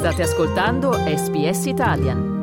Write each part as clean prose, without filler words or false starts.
State ascoltando SBS Italian.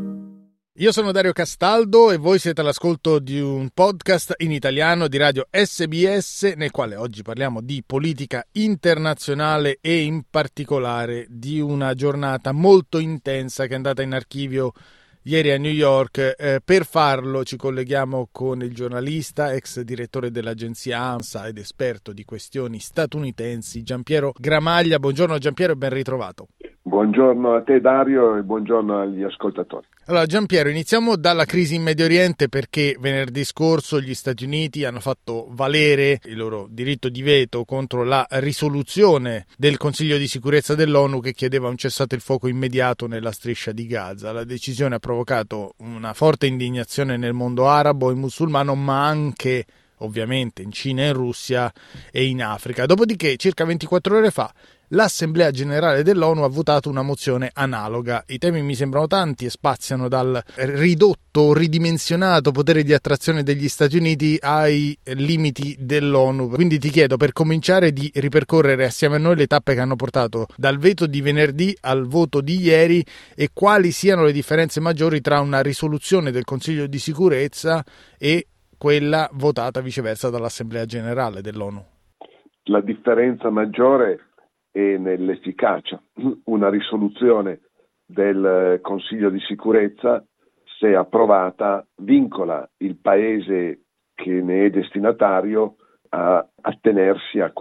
Io sono Dario Castaldo e voi siete all'ascolto di un podcast in italiano di radio SBS, nel quale oggi parliamo di politica internazionale e in particolare di una giornata molto intensa che è andata in archivio ieri a New York. Per farlo ci colleghiamo con il giornalista, ex direttore dell'agenzia ANSA ed esperto di questioni statunitensi, Giampiero Gramaglia. Buongiorno Giampiero e ben ritrovato. Buongiorno a te Dario e buongiorno agli ascoltatori. Allora Giampiero, iniziamo dalla crisi in Medio Oriente, perché venerdì scorso gli Stati Uniti hanno fatto valere il loro diritto di veto contro la risoluzione del Consiglio di sicurezza dell'ONU che chiedeva un cessate il fuoco immediato nella striscia di Gaza. La decisione ha provocato una forte indignazione nel mondo arabo e musulmano, ma anche ovviamente in Cina e in Russia e in Africa. Dopodiché, circa 24 ore fa, l'Assemblea Generale dell'ONU ha votato una mozione analoga. I temi mi sembrano tanti e spaziano dal ridotto, ridimensionato potere di attrazione degli Stati Uniti ai limiti dell'ONU. Quindi ti chiedo, per cominciare, di ripercorrere assieme a noi le tappe che hanno portato dal veto di venerdì al voto di ieri e quali siano le differenze maggiori tra una risoluzione del Consiglio di sicurezza e quella votata viceversa dall'Assemblea Generale dell'ONU. La differenza maggiore è nell'efficacia. Una risoluzione del Consiglio di sicurezza, se approvata, vincola il paese che ne è destinatario a attenersi a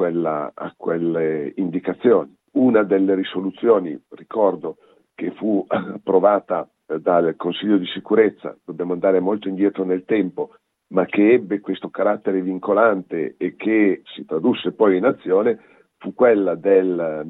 quelle indicazioni. Una delle risoluzioni, ricordo, che fu approvata dal Consiglio di sicurezza, dobbiamo andare molto indietro nel tempo, ma che ebbe questo carattere vincolante e che si tradusse poi in azione, fu quella del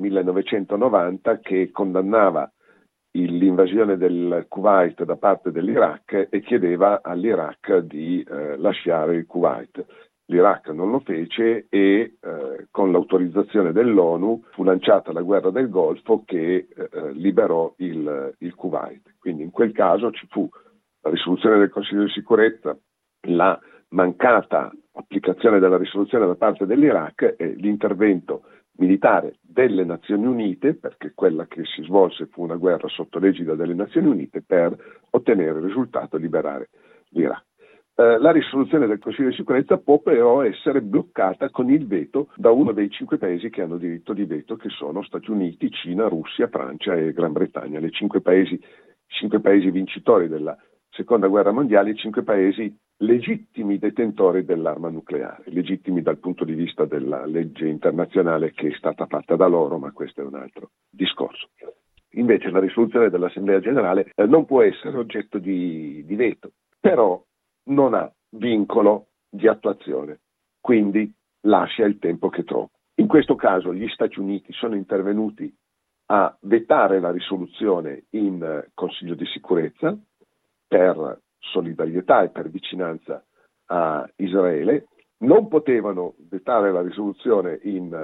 1990 che condannava l'invasione del Kuwait da parte dell'Iraq e chiedeva all'Iraq di lasciare il Kuwait. L'Iraq non lo fece e con l'autorizzazione dell'ONU fu lanciata la guerra del Golfo che liberò il Kuwait. Quindi in quel caso ci fu la risoluzione del Consiglio di sicurezza, la mancata applicazione della risoluzione da parte dell'Iraq e l'intervento militare delle Nazioni Unite, perché quella che si svolse fu una guerra sotto l'egida delle Nazioni Unite per ottenere il risultato e liberare l'Iraq. La risoluzione del Consiglio di sicurezza può però essere bloccata con il veto da uno dei 5 paesi che hanno diritto di veto, che sono Stati Uniti, Cina, Russia, Francia e Gran Bretagna, le 5 paesi vincitori della Seconda Guerra Mondiale, i 5 paesi legittimi detentori dell'arma nucleare, legittimi dal punto di vista della legge internazionale che è stata fatta da loro, ma questo è un altro discorso. Invece la risoluzione dell'Assemblea Generale non può essere oggetto di veto, però non ha vincolo di attuazione, quindi lascia il tempo che trova. In questo caso gli Stati Uniti sono intervenuti a vetare la risoluzione in Consiglio di sicurezza per solidarietà e per vicinanza a Israele. Non potevano vetare la risoluzione in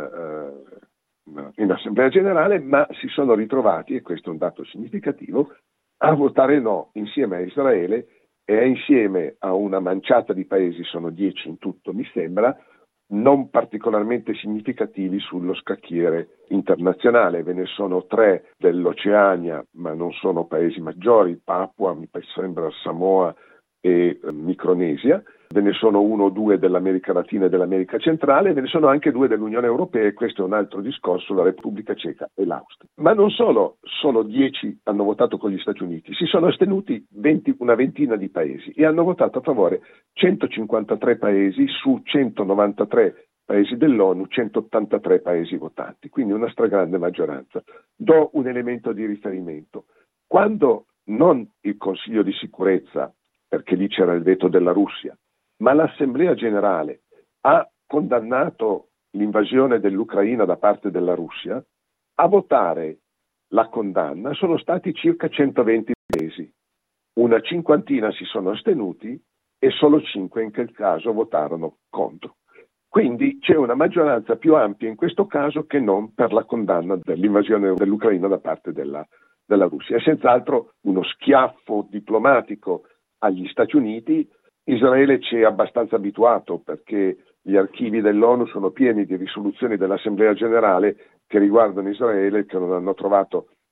Assemblea Generale, ma si sono ritrovati, e questo è un dato significativo, a votare no insieme a Israele e insieme a una manciata di paesi, sono 10 in tutto mi sembra, non particolarmente significativi sullo scacchiere internazionale. Ve ne sono 3 dell'Oceania, ma non sono paesi maggiori: Papua, mi sembra, Samoa e Micronesia. Ve ne sono 1 o 2 dell'America Latina e dell'America Centrale, ve ne sono anche 2 dell'Unione Europea, e questo è un altro discorso, la Repubblica Ceca e l'Austria. Ma non solo 10 hanno votato con gli Stati Uniti, si sono astenuti una ventina di paesi e hanno votato a favore 153 paesi su 193 paesi dell'ONU, 183 paesi votanti, quindi una stragrande maggioranza. Do un elemento di riferimento. Quando non il Consiglio di sicurezza, perché lì c'era il veto della Russia, ma l'Assemblea Generale ha condannato l'invasione dell'Ucraina da parte della Russia, a votare la condanna sono stati circa 120 paesi. Una cinquantina si sono astenuti e solo 5 in quel caso votarono contro. Quindi c'è una maggioranza più ampia in questo caso che non per la condanna dell'invasione dell'Ucraina da parte della Russia. È senz'altro uno schiaffo diplomatico agli Stati Uniti. Israele ci è abbastanza abituato, perché gli archivi dell'ONU sono pieni di risoluzioni dell'Assemblea Generale che riguardano Israele, che non hanno trovato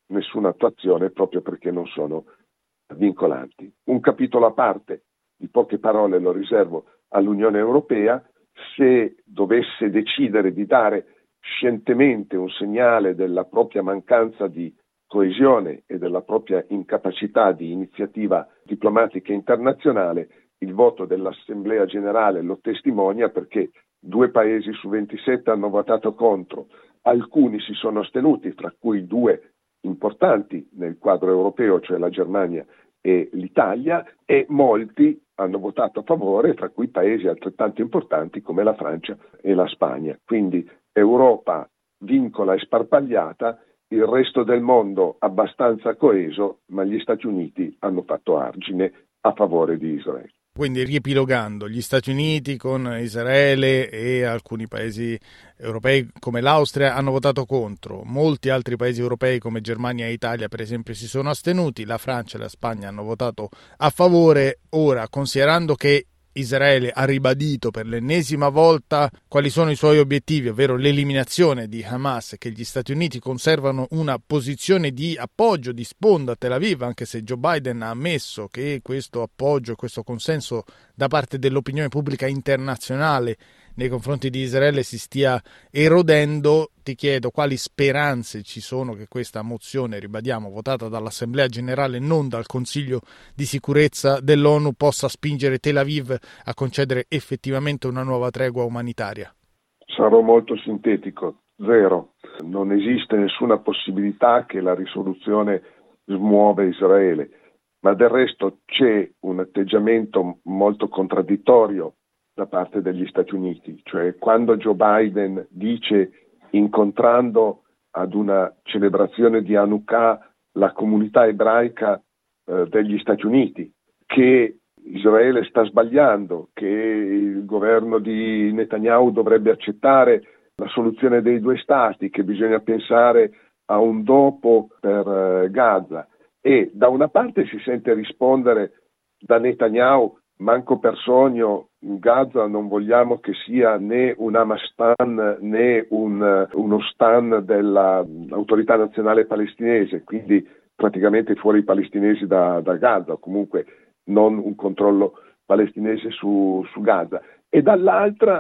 nessuna attuazione proprio perché non sono vincolanti. Un capitolo a parte, di poche parole, lo riservo all'Unione Europea. Se dovesse decidere di dare scientemente un segnale della propria mancanza di coesione e della propria incapacità di iniziativa diplomatica internazionale, il voto dell'Assemblea Generale lo testimonia, perché 2 paesi su 27 hanno votato contro, alcuni si sono astenuti, fra cui 2 importanti nel quadro europeo, cioè la Germania e l'Italia, e molti hanno votato a favore, fra cui paesi altrettanto importanti come la Francia e la Spagna. Quindi Europa vincola e sparpagliata, il resto del mondo abbastanza coeso, ma gli Stati Uniti hanno fatto argine a favore di Israele. Quindi, riepilogando, gli Stati Uniti con Israele e alcuni paesi europei come l'Austria hanno votato contro, molti altri paesi europei come Germania e Italia per esempio si sono astenuti, la Francia e la Spagna hanno votato a favore. Ora, considerando che Israele ha ribadito per l'ennesima volta quali sono i suoi obiettivi, ovvero l'eliminazione di Hamas, e che gli Stati Uniti conservano una posizione di appoggio, di sponda a Tel Aviv, anche se Joe Biden ha ammesso che questo appoggio e questo consenso da parte dell'opinione pubblica internazionale nei confronti di Israele si stia erodendo, ti chiedo quali speranze ci sono che questa mozione, ribadiamo, votata dall'Assemblea Generale, non dal Consiglio di Sicurezza dell'ONU, possa spingere Tel Aviv a concedere effettivamente una nuova tregua umanitaria. Sarò molto sintetico. 0. Non esiste nessuna possibilità che la risoluzione smuova Israele, ma del resto c'è un atteggiamento molto contraddittorio da parte degli Stati Uniti, cioè quando Joe Biden dice, incontrando ad una celebrazione di Hanukkah la comunità ebraica degli Stati Uniti, che Israele sta sbagliando, che il governo di Netanyahu dovrebbe accettare la soluzione dei 2 stati, che bisogna pensare a un dopo per Gaza, e da una parte si sente rispondere da Netanyahu: manco per sogno, in Gaza non vogliamo che sia né un Hamastan né uno stan dell'autorità nazionale palestinese, quindi praticamente fuori i palestinesi da Gaza, o comunque non un controllo palestinese su Gaza. E dall'altra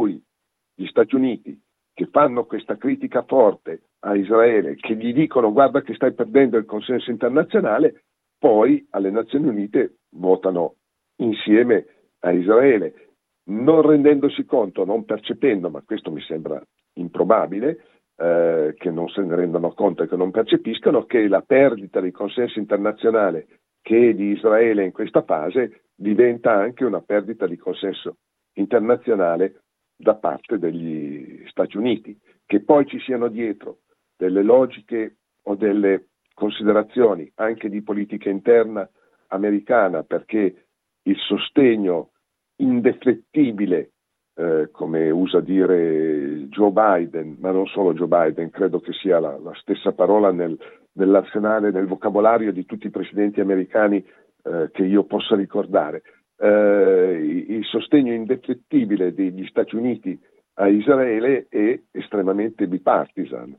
gli Stati Uniti, che fanno questa critica forte a Israele, che gli dicono: guarda che stai perdendo il consenso internazionale, poi alle Nazioni Unite votano insieme a Israele, non rendendosi conto, non percependo, ma questo mi sembra improbabile, che non se ne rendano conto e che non percepiscano, che la perdita di consenso internazionale che è di Israele in questa fase diventa anche una perdita di consenso internazionale da parte degli Stati Uniti. Che poi ci siano dietro delle logiche o delle considerazioni anche di politica interna americana, perché il sostegno indefettibile, come usa dire Joe Biden, ma non solo Joe Biden, credo che sia la stessa parola nell'arsenale, nel vocabolario di tutti i presidenti americani che io possa ricordare, il sostegno indefettibile degli Stati Uniti a Israele è estremamente bipartisan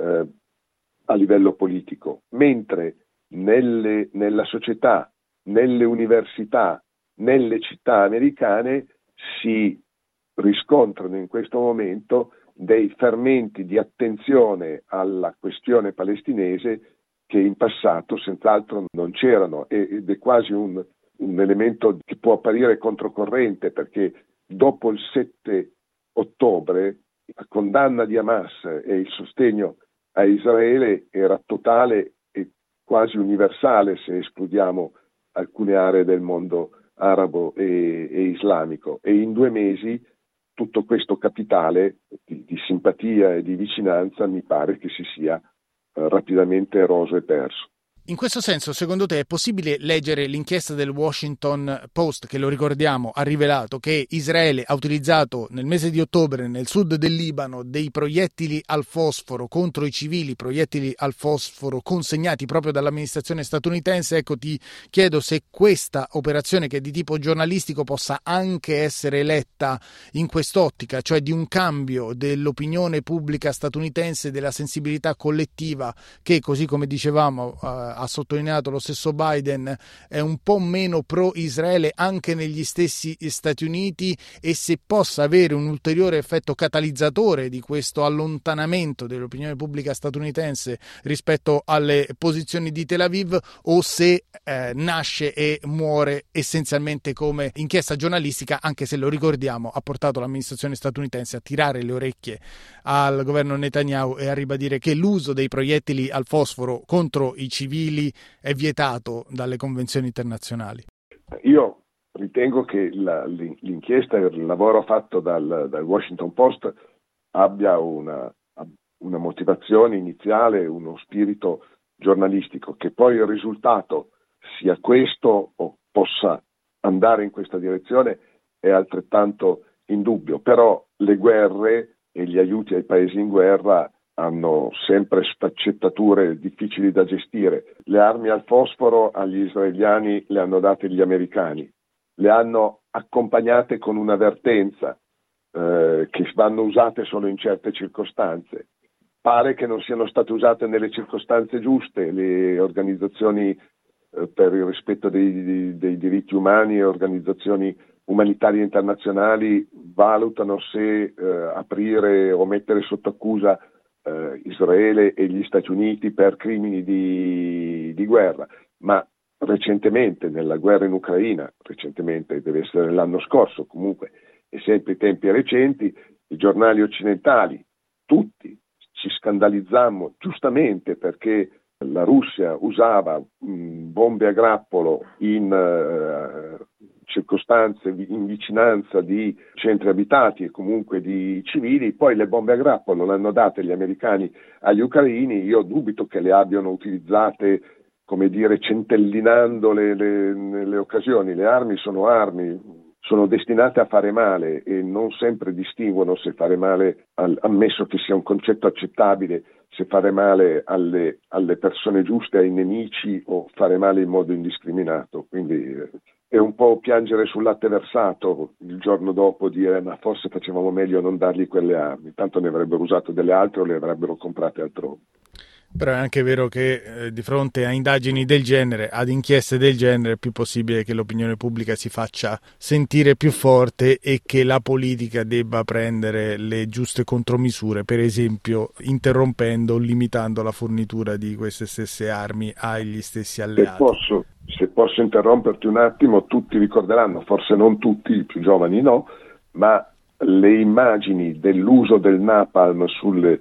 a livello politico, mentre nella società, nelle università, nelle città americane si riscontrano in questo momento dei fermenti di attenzione alla questione palestinese che in passato senz'altro non c'erano, ed è quasi un elemento che può apparire controcorrente, perché dopo il 7 ottobre la condanna di Hamas e il sostegno a Israele era totale e quasi universale, se escludiamo alcune aree del mondo arabo e islamico, e in 2 mesi tutto questo capitale di simpatia e di vicinanza mi pare che si sia rapidamente eroso e perso. In questo senso, secondo te, è possibile leggere l'inchiesta del Washington Post che, lo ricordiamo, ha rivelato che Israele ha utilizzato nel mese di ottobre nel sud del Libano dei proiettili al fosforo contro i civili, proiettili al fosforo consegnati proprio dall'amministrazione statunitense? Ecco, ti chiedo se questa operazione, che è di tipo giornalistico, possa anche essere letta in quest'ottica, cioè di un cambio dell'opinione pubblica statunitense, della sensibilità collettiva che, così come dicevamo, ha sottolineato lo stesso Biden, è un po' meno pro-Israele anche negli stessi Stati Uniti, e se possa avere un ulteriore effetto catalizzatore di questo allontanamento dell'opinione pubblica statunitense rispetto alle posizioni di Tel Aviv, o se nasce e muore essenzialmente come inchiesta giornalistica, anche se, lo ricordiamo, ha portato l'amministrazione statunitense a tirare le orecchie al governo Netanyahu e a ribadire che l'uso dei proiettili al fosforo contro i civili è vietato dalle convenzioni internazionali. Io ritengo che l'inchiesta e il lavoro fatto dal Washington Post abbia una motivazione iniziale, uno spirito giornalistico. Che poi il risultato sia questo o possa andare in questa direzione è altrettanto indubbio, però le guerre e gli aiuti ai paesi in guerra hanno sempre sfaccettature difficili da gestire. Le armi al fosforo agli israeliani le hanno date gli americani, le hanno accompagnate con un'avvertenza che vanno usate solo in certe circostanze. Pare che non siano state usate nelle circostanze giuste. Le organizzazioni per il rispetto dei diritti umani e organizzazioni umanitarie internazionali valutano se aprire o mettere sotto accusa Israele e gli Stati Uniti per crimini di guerra, ma recentemente nella guerra in Ucraina, recentemente deve essere l'anno scorso, comunque e sempre i tempi recenti, i giornali occidentali tutti ci scandalizzammo giustamente perché la Russia usava bombe a grappolo in circostanze in vicinanza di centri abitati e comunque di civili. Poi le bombe a grappolo le hanno date gli americani agli ucraini. Io dubito che le abbiano utilizzate, come dire, centellinando le occasioni. Le armi, sono destinate a fare male e non sempre distinguono se fare male, ammesso che sia un concetto accettabile, se fare male alle persone giuste, ai nemici, o fare male in modo indiscriminato. Quindi è un po' piangere sul latte versato il giorno dopo, dire ma forse facevamo meglio a non dargli quelle armi, tanto ne avrebbero usato delle altre o le avrebbero comprate altrove. Però è anche vero che di fronte a indagini del genere, ad inchieste del genere, è più possibile che l'opinione pubblica si faccia sentire più forte e che la politica debba prendere le giuste contromisure, per esempio interrompendo o limitando la fornitura di queste stesse armi agli stessi alleati. Se posso interromperti un attimo, tutti ricorderanno, forse non tutti, i più giovani no, ma le immagini dell'uso del napalm sulle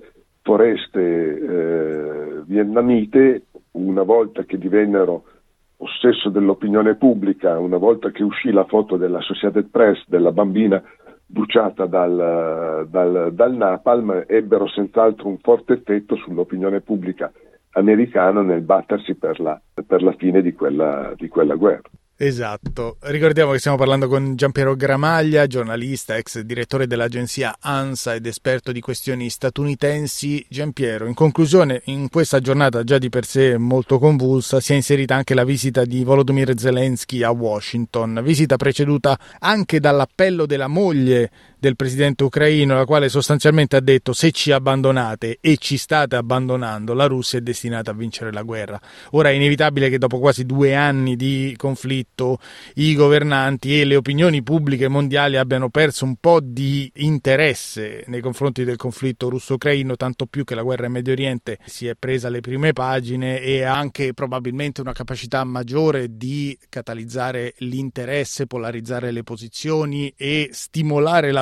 foreste vietnamite, una volta che divennero possesso dell'opinione pubblica, una volta che uscì la foto della Associated Press della bambina bruciata dal napalm, ebbero senz'altro un forte effetto sull'opinione pubblica americana nel battersi per la fine di quella guerra. Esatto, ricordiamo che stiamo parlando con Giampiero Gramaglia, giornalista, ex direttore dell'agenzia ANSA ed esperto di questioni statunitensi. Giampiero, in conclusione, in questa giornata già di per sé molto convulsa si è inserita anche la visita di Volodymyr Zelensky a Washington, visita preceduta anche dall'appello della moglie del presidente ucraino, la quale sostanzialmente ha detto: se ci abbandonate e ci state abbandonando, la Russia è destinata a vincere la guerra. Ora è inevitabile che dopo quasi 2 anni di conflitto i governanti e le opinioni pubbliche mondiali abbiano perso un po' di interesse nei confronti del conflitto russo-ucraino, tanto più che la guerra in Medio Oriente si è presa le prime pagine e ha anche probabilmente una capacità maggiore di catalizzare l'interesse, polarizzare le posizioni e stimolare la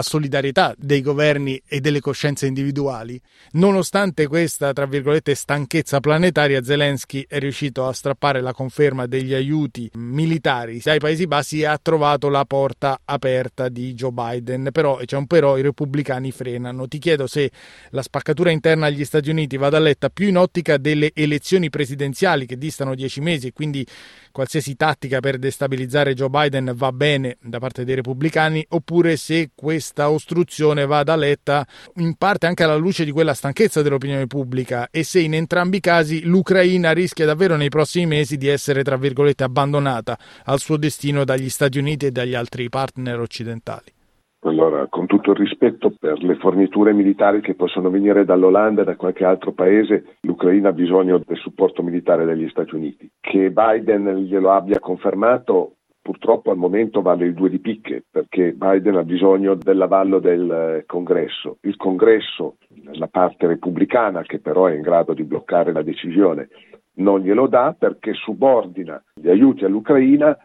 solidarietà dei governi e delle coscienze individuali. Nonostante questa, tra virgolette, stanchezza planetaria, Zelensky è riuscito a strappare la conferma degli aiuti militari dai Paesi Bassi e ha trovato la porta aperta di Joe Biden. Però, c'è un però, i repubblicani frenano. Ti chiedo se la spaccatura interna agli Stati Uniti vada letta più in ottica delle elezioni presidenziali che distano 10 mesi e quindi qualsiasi tattica per destabilizzare Joe Biden va bene da parte dei repubblicani, oppure se questa ostruzione vada letta in parte anche alla luce di quella stanchezza dell'opinione pubblica e se in entrambi i casi l'Ucraina rischia davvero nei prossimi mesi di essere, tra virgolette, abbandonata al suo destino dagli Stati Uniti e dagli altri partner occidentali. Allora, con tutto il rispetto per le forniture militari che possono venire dall'Olanda e da qualche altro paese, l'Ucraina ha bisogno del supporto militare degli Stati Uniti. Che Biden glielo abbia confermato, purtroppo al momento vale il due di picche, perché Biden ha bisogno dell'avallo del Congresso. Il Congresso, la parte repubblicana, che però è in grado di bloccare la decisione, non glielo dà perché subordina gli aiuti all'Ucraina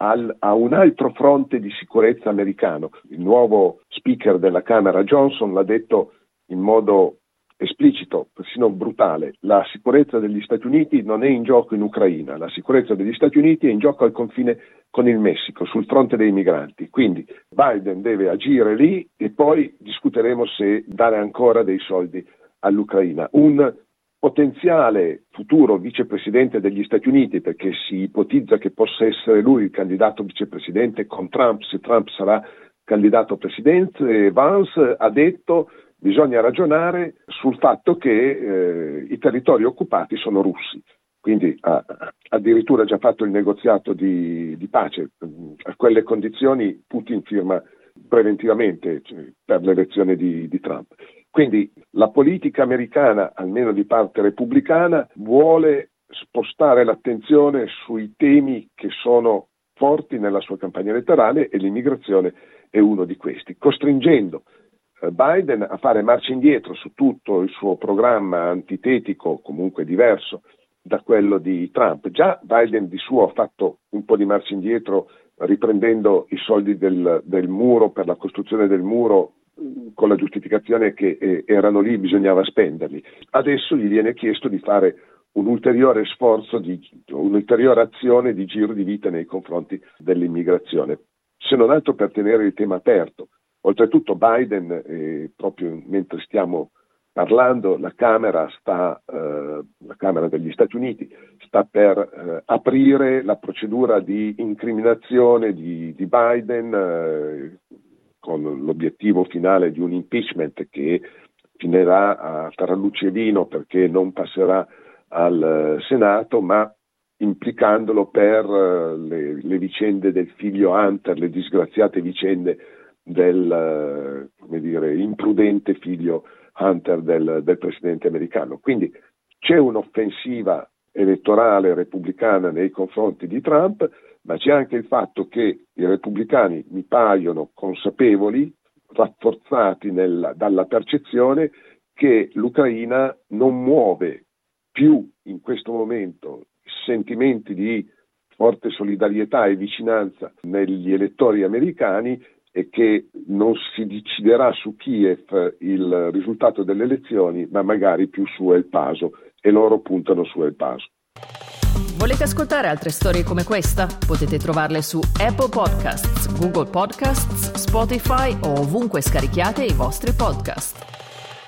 a un altro fronte di sicurezza americano. Il nuovo speaker della Camera Johnson l'ha detto in modo esplicito, persino brutale: la sicurezza degli Stati Uniti non è in gioco in Ucraina, la sicurezza degli Stati Uniti è in gioco al confine con il Messico, sul fronte dei migranti. Quindi Biden deve agire lì e poi discuteremo se dare ancora dei soldi all'Ucraina. Un potenziale futuro vicepresidente degli Stati Uniti, perché si ipotizza che possa essere lui il candidato vicepresidente con Trump, se Trump sarà candidato presidente, Vance ha detto: bisogna ragionare sul fatto che i territori occupati sono russi. Quindi ha addirittura già fatto il negoziato di pace. A quelle condizioni Putin firma preventivamente, per l'elezione di Trump. Quindi la politica americana, almeno di parte repubblicana, vuole spostare l'attenzione sui temi che sono forti nella sua campagna elettorale e l'immigrazione è uno di questi, costringendo Biden a fare marcia indietro su tutto il suo programma antitetico, comunque diverso da quello di Trump. Già Biden di suo ha fatto un po' di marcia indietro riprendendo i soldi del muro, per la costruzione del muro, con la giustificazione che erano lì, bisognava spenderli. Adesso gli viene chiesto di fare un ulteriore sforzo, un'ulteriore azione di giro di vita nei confronti dell'immigrazione, se non altro per tenere il tema aperto. Oltretutto Biden, proprio mentre stiamo parlando, la Camera degli Stati Uniti sta per aprire la procedura di incriminazione di Biden, con l'obiettivo finale di un impeachment che finirà tra luce e vino perché non passerà al Senato, ma implicandolo per le vicende del figlio Hunter, le disgraziate vicende del imprudente figlio Hunter del presidente americano. Quindi c'è un'offensiva elettorale repubblicana nei confronti di Trump, ma c'è anche il fatto che i repubblicani mi paiono consapevoli, rafforzati dalla percezione che l'Ucraina non muove più in questo momento sentimenti di forte solidarietà e vicinanza negli elettori americani e che non si deciderà su Kiev il risultato delle elezioni, ma magari più su El Paso, e loro puntano su El Paso. Volete ascoltare altre storie come questa? Potete trovarle su Apple Podcasts, Google Podcasts, Spotify o ovunque scarichiate i vostri podcast.